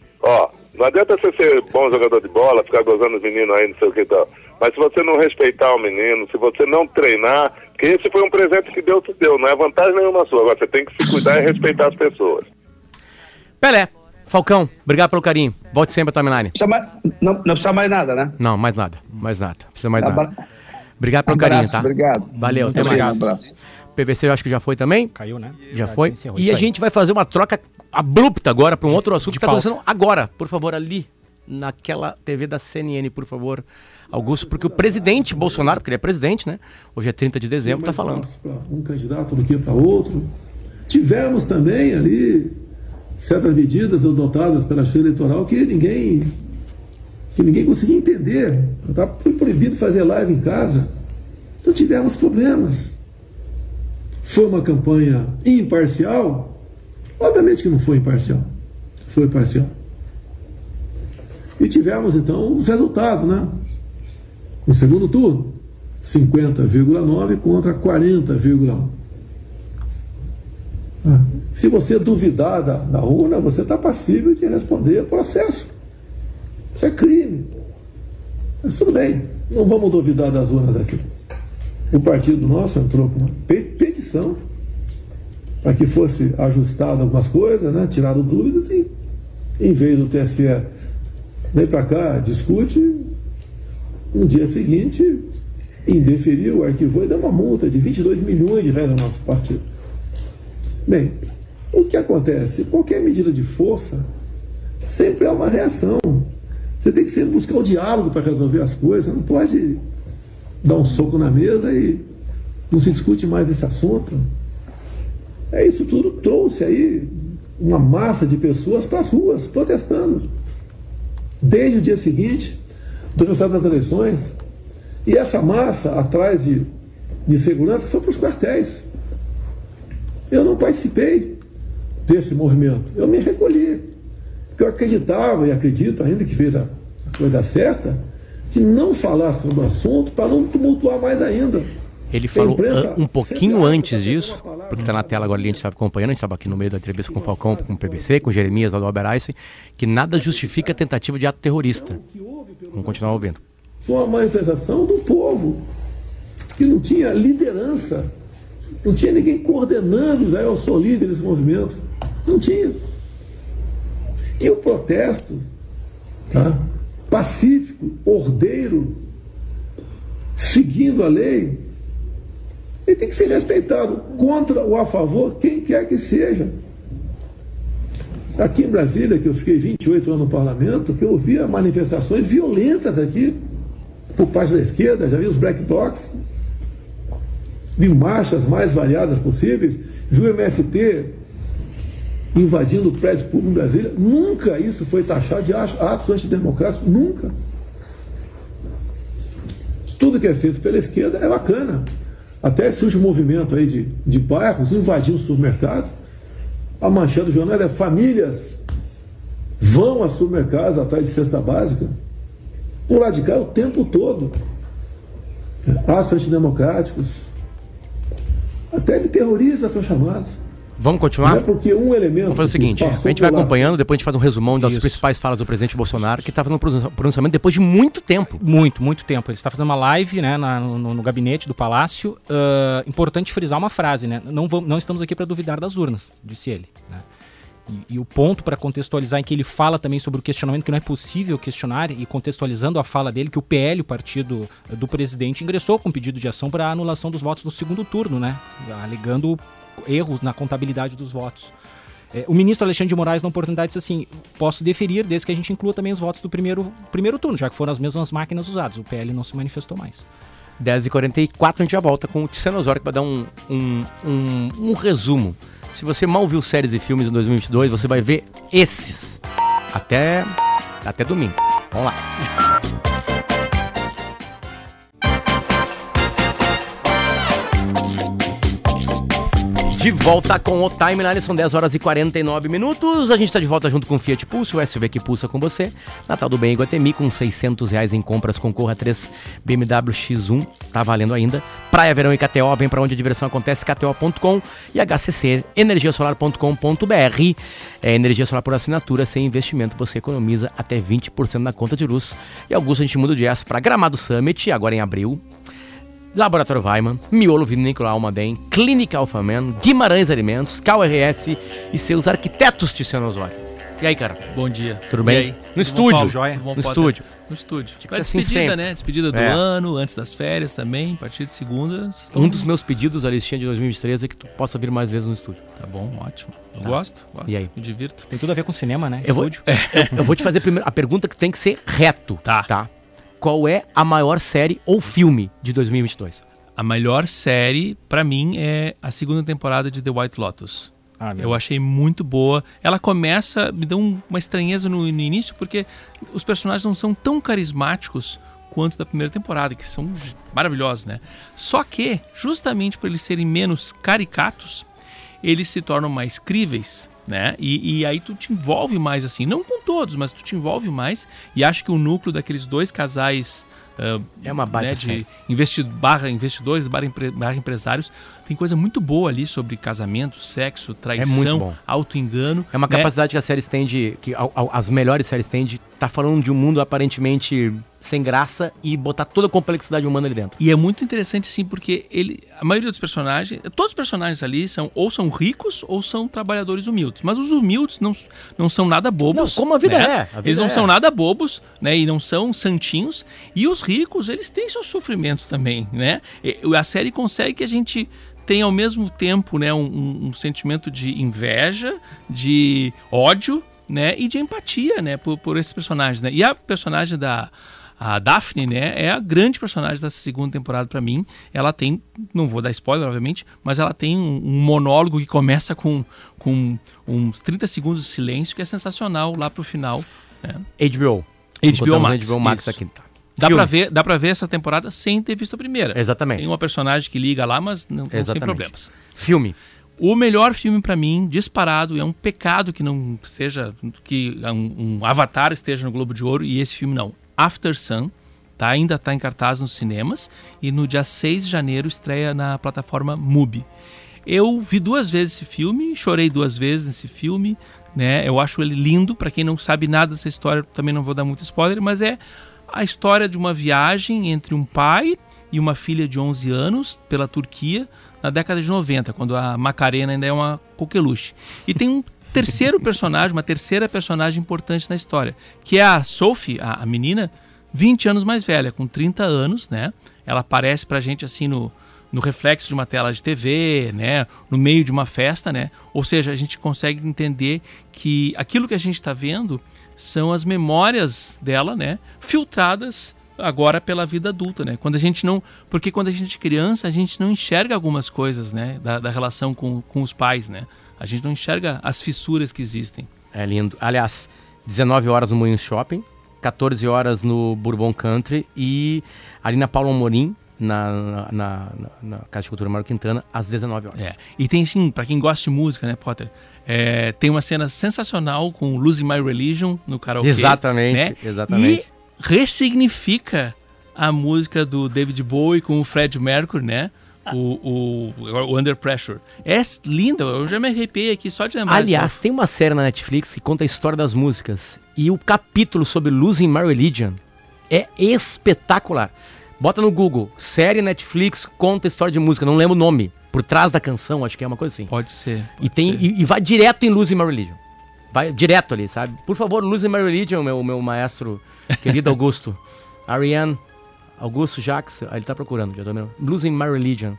ó, não adianta você ser bom jogador de bola, ficar gozando os meninos aí, não sei o que e tal, mas se você não respeitar o menino, se você não treinar, porque esse foi um presente que Deus te deu, não é vantagem nenhuma sua, agora você tem que se cuidar e respeitar as pessoas. Pelé, Falcão, obrigado pelo carinho. Volte sempre à timeline. Precisa mais, não, não precisa mais nada, né? Não, mais nada, mais nada. Precisa mais Abra... nada. Obrigado pelo Abraço, carinho, tá? Obrigado. Valeu, Muito até mais. obrigado, um abraço. P V C eu acho que já foi também. Caiu, né? Já, já foi. encerrou. E Isso a aí. gente vai fazer uma troca abrupta agora para um outro assunto De que está pauta. acontecendo agora. Por favor, ali, naquela T V da C N N, por favor, Augusto, porque o presidente Bolsonaro, porque ele é presidente, né? Hoje é trinta de dezembro, está falando. Para um candidato do que para outro. Tivemos também ali certas medidas adotadas pela Justiça Eleitoral que ninguém, que ninguém conseguia entender. Tá? Foi proibido fazer live em casa. Então tivemos problemas. Foi uma campanha imparcial? Obviamente que não foi imparcial. Foi parcial. E tivemos então os resultados, né? No segundo turno, cinquenta vírgula nove contra quarenta vírgula um. Ah, se você duvidar da, da urna, você está passível de responder processo. Isso é crime. Mas tudo bem, não vamos duvidar das urnas aqui. O partido nosso entrou com uma pe- petição para que fosse ajustado algumas coisas, né? Tiraram dúvidas e, em vez do T S E vem para cá, discute, no dia seguinte indeferiu, arquivou e deu uma multa de vinte e dois milhões de reais ao nosso partido. Bem, o que acontece? Qualquer medida de força sempre é uma reação. Você tem que sempre buscar o diálogo para resolver as coisas. Você não pode dar um soco na mesa e não se discute mais esse assunto. É, isso tudo trouxe aí uma massa de pessoas para as ruas protestando. Desde o dia seguinte do resultado das eleições. E essa massa, atrás de, de segurança, foi para os quartéis. Eu não participei desse movimento. Eu me recolhi. Porque eu acreditava e acredito ainda que fez a coisa certa de não falar sobre o assunto para não tumultuar mais ainda. Ele falou uh, um pouquinho antes disso, porque está na tela agora, a gente estava acompanhando, a gente estava aqui no meio da entrevista com o Falcão, com o P B C, com o Jeremias, do Albert Einstein, que nada justifica a tentativa de ato terrorista. Vamos continuar ouvindo. Foi uma manifestação do povo, que não tinha liderança Não tinha ninguém coordenando, já eu sou líder desse movimento. Não tinha. E o protesto, tá, pacífico, ordeiro, seguindo a lei, ele tem que ser respeitado, contra ou a favor, quem quer que seja. Aqui em Brasília, que eu fiquei vinte e oito anos no parlamento, que eu via manifestações violentas aqui, por parte da esquerda, já vi os black blocs, vi marchas mais variadas possíveis, vi o M S T invadindo o prédio público em Brasília. Nunca isso foi taxado de atos antidemocráticos, nunca. Tudo que é feito pela esquerda é bacana. Até surge um movimento aí de, de bairros invadindo supermercados. A manchete do jornal é: famílias vão a supermercados atrás de cesta básica. Por lá de cá o tempo todo. Atos antidemocráticos. Até de terroristas são chamados. Vamos continuar? Não é porque um elemento. Vamos fazer o seguinte: a gente vai acompanhando, depois a gente faz um resumão das Isso. principais falas do presidente Bolsonaro, que está fazendo um pronunciamento depois de muito tempo. Muito, muito tempo. Ele está fazendo uma live, né, na, no, no gabinete do Palácio. Uh, importante frisar uma frase, né? Não, vamos, não estamos aqui para duvidar das urnas, disse ele. Né? E, e o ponto para contextualizar em que ele fala também sobre o questionamento que não é possível questionar, e contextualizando a fala dele, que o P L, o partido do presidente, ingressou com pedido de ação para a anulação dos votos no segundo turno, né? Alegando erros na contabilidade dos votos. É, o ministro Alexandre de Moraes, na oportunidade, disse assim: posso deferir desde que a gente inclua também os votos do primeiro, primeiro turno, já que foram as mesmas máquinas usadas. O P L não se manifestou mais. dez e quarenta e quatro, a gente já volta com o Tiziano Osório, que vai dar um, um, um, um resumo. Se você mal viu séries e filmes em dois mil e vinte e dois, você vai ver esses até, até domingo. Vamos lá. De volta com o Timeline, são dez horas e quarenta e nove minutos. A gente está de volta junto com o Fiat Pulse, o S U V que pulsa com você. Natal do Bem Iguatemi, com seiscentos reais em compras, concorra a três B M W X um, tá valendo ainda. Praia, Verão e K T O, vem pra onde a diversão acontece, K T O ponto com, e H C C, energia solar ponto com ponto b r. É energia solar por assinatura, sem investimento, você economiza até vinte por cento na conta de luz. E Augusto, a gente muda o jazz para Gramado Summit, agora em abril. Laboratório Weiman, Miolo Vinícola Almaden, Clínica Alfaman, Guimarães Alimentos, K R S e seus arquitetos, Tiziano Osório. E aí, cara? Bom dia. Tudo bem? E aí? No estúdio. Bom, joia? No estúdio. No estúdio. Tinha que Vai ser assim despedida, sempre. né? Despedida do É. ano, antes das férias também, a partir de segunda. vocês estão- Um dos meus pedidos, a listinha de dois mil e vinte e três, é que tu possa vir mais vezes no estúdio. Tá bom, ótimo. Eu Tá. gosto, gosto. E aí? Me divirto. Tem tudo a ver com cinema, né? Eu vou, Estúdio. eu, eu vou te fazer primeiro a pergunta que tem que ser reto. Tá. tá? Qual é a maior série ou filme de dois mil e vinte e dois? A melhor série, pra mim, é a segunda temporada de The White Lotus. Ah, meu Eu Deus. achei muito boa. Ela começa, me deu um- uma estranheza no, no início, porque os personagens não são tão carismáticos quanto da primeira temporada, que são j- maravilhosos, né? Só que, justamente por eles serem menos caricatos, eles se tornam mais críveis, né? E, e aí tu te envolve mais, assim, não com todos, mas tu te envolve mais e acha que o núcleo daqueles dois casais... Uh, É uma baita né, de série. investi barra investidores, barra, empre barra empresários. Tem coisa muito boa ali sobre casamento, sexo, traição, muito bom. auto-engano. É uma né? capacidade que a série tem de... que a- a- as melhores séries têm de tá falando de um mundo aparentemente sem graça e botar toda a complexidade humana ali dentro. E é muito interessante, sim, porque ele, a maioria dos personagens, todos os personagens ali são ou são ricos ou são trabalhadores humildes. Mas os humildes não, não são nada bobos. Não, como a vida né? é, a vida Eles não é. são nada bobos, né? E não são santinhos. E os ricos, eles têm seus sofrimentos também, né? E a série consegue que a gente tenha ao mesmo tempo, né, um, um- um sentimento de inveja, de ódio, né? E de empatia, né? Por, por esses personagens, né? E a personagem da... A Daphne, né, é a grande personagem dessa segunda temporada pra mim. Ela tem, não vou dar spoiler, obviamente, mas ela tem um, um monólogo que começa com, com uns trinta segundos de silêncio, que é sensacional lá pro final. Né? H B O. H B O Max. H B O Max isso. aqui. Tá. Dá Filme. pra, ver, dá pra ver essa temporada sem ter visto a primeira. Exatamente. Tem uma personagem que liga lá, mas não, não sem Exatamente. problemas. Filme. O melhor filme pra mim, disparado, é um pecado que não seja, que um, um Avatar esteja no Globo de Ouro e esse filme não. After Sun, tá? Ainda está em cartaz nos cinemas e no dia seis de janeiro estreia na plataforma Mubi. Eu vi duas vezes esse filme, chorei duas vezes nesse filme, né? Eu acho ele lindo, para quem não sabe nada dessa história, também não vou dar muito spoiler, mas é a história de uma viagem entre um pai e uma filha de onze anos pela Turquia na década de noventa, quando a Macarena ainda é uma coqueluche. E tem um terceiro personagem, uma terceira personagem importante na história, que é a Sophie, a, a menina, vinte anos mais velha, com trinta anos, né? Ela aparece pra gente assim no, no reflexo de uma tela de T V, né? No meio de uma festa, né? Ou seja, a gente consegue entender que aquilo que a gente está vendo são as memórias dela, né? Filtradas agora pela vida adulta, né? Quando a gente não, porque quando a gente é criança, a gente não enxerga algumas coisas, né? Da, da relação com, com os pais, né? A gente não enxerga as fissuras que existem. É lindo. Aliás, dezenove horas no Moinhos Shopping, quatorze horas no Bourbon Country e ali na Paulo Amorim, na, na, na, na Casa de Cultura Mário Quintana, às dezenove horas. É. E tem, assim, pra quem gosta de música, né, Potter? É, tem uma cena sensacional com Losing My Religion no karaokê. Exatamente, né? Exatamente. E ressignifica a música do David Bowie com o Fred Mercury, né? O, o, o Under Pressure. É linda, eu já me arrepiei aqui só de lembrar. Aliás, tem uma série na Netflix que conta a história das músicas. E o capítulo sobre Losing My Religion é espetacular. Bota no Google, série Netflix conta a história de música, não lembro o nome. Por trás da canção, acho que é uma coisa assim. Pode ser. Pode e, tem, ser. E, e vai direto em Losing My Religion. Vai direto ali, sabe? Por favor, Losing My Religion, meu, meu maestro querido Augusto. Ariane, Augusto Jacques, ele tá procurando, já tô vendo. Losing My Religion.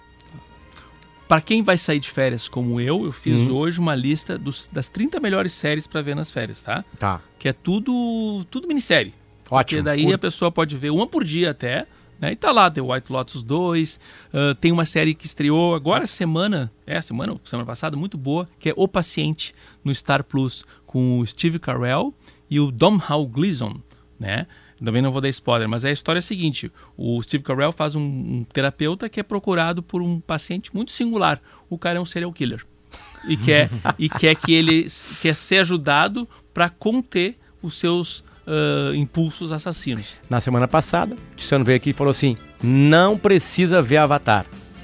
Para quem vai sair de férias como eu, eu fiz uhum. hoje uma lista dos, das trinta melhores séries para ver nas férias, tá? Tá. Que é tudo, tudo minissérie. Ótimo. Porque daí Ur... a pessoa pode ver uma por dia até, né? E tá lá, The White Lotus dois, uh, tem uma série que estreou agora semana, é, semana, semana passada, muito boa, que é O Paciente, no Star Plus, com o Steve Carell e o Domhnall Gleeson, né? Também não vou dar spoiler, mas a história é a seguinte, o Steve Carell faz um, um terapeuta que é procurado por um paciente muito singular, o cara é um serial killer, e quer, e quer que ele quer ser ajudado para conter os seus Uh, impulsos assassinos. Na semana passada, o Tiziano veio aqui e falou assim, não precisa ver Avatar.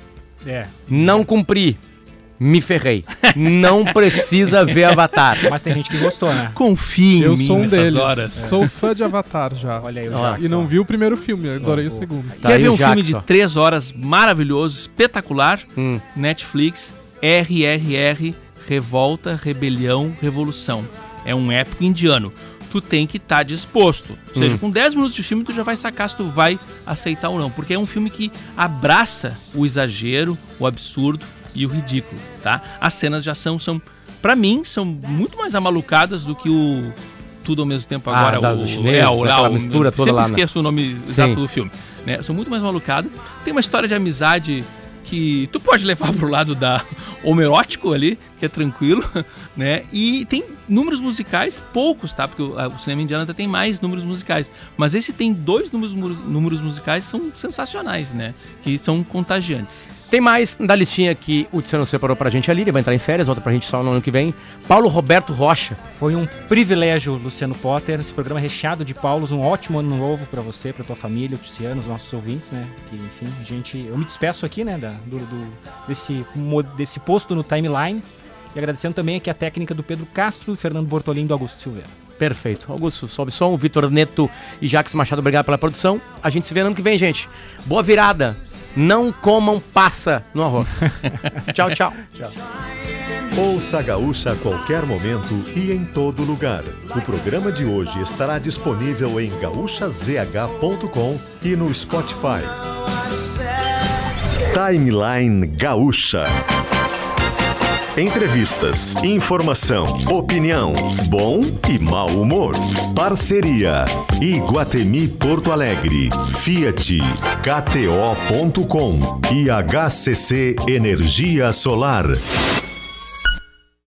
É. Não cumpri. Me ferrei. Não precisa ver Avatar. Mas tem gente que gostou, né? Confia em Eu mim sou um deles. Horas. É. Sou fã de Avatar já. Olha aí, ah, e não vi o primeiro filme, adorei oh, o segundo. Tá. Quer ver um filme de três horas maravilhoso, espetacular? Hum. Netflix, R R R, Revolta, Rebelião, Revolução. É um épico indiano. Tu tem que estar tá disposto. Ou seja, hum. com dez minutos de filme tu já vai sacar se tu vai aceitar ou não. Porque é um filme que abraça o exagero, o absurdo e o ridículo, tá? As cenas de ação são, pra mim, são muito mais amalucadas do que o Tudo ao Mesmo Tempo Agora. Ah, o chinês, é, o, aquela mistura toda lá. Sempre esqueço o nome exato Sim. do filme. Né? São muito mais malucadas. Tem uma história de amizade que tu pode levar pro lado da homerótico ali, que é tranquilo, né? E tem números musicais, poucos, tá? Porque o, o cinema indiano até tem mais números musicais. Mas esse tem dois números, números musicais que são sensacionais, né? Que são contagiantes. Tem mais da listinha que o Tiziano separou pra gente ali, ele vai entrar em férias, volta pra gente só no ano que vem. Paulo Roberto Rocha. Foi um privilégio, Luciano Potter, esse programa recheado de Paulos, um ótimo ano novo pra você, pra tua família, o Tiziano, os nossos ouvintes, né? Que, enfim, a gente... Eu me despeço aqui, né, da, do, do, desse, desse posto no Timeline, e agradecendo também aqui a técnica do Pedro Castro, do Fernando Bortolim e do Augusto Silveira. Perfeito. Augusto sobe som, o Vitor Neto e Jacques Machado, obrigado pela produção. A gente se vê no ano que vem, gente. Boa virada. Não comam passa no arroz. Tchau, tchau. Tchau. Ouça a Gaúcha a qualquer momento e em todo lugar. O programa de hoje estará disponível em gaúcha z h ponto com e no Spotify. Timeline Gaúcha. Entrevistas, informação, opinião, bom e mau humor. Parceria Iguatemi Porto Alegre, Fiat, K T O ponto com e H C C Energia Solar.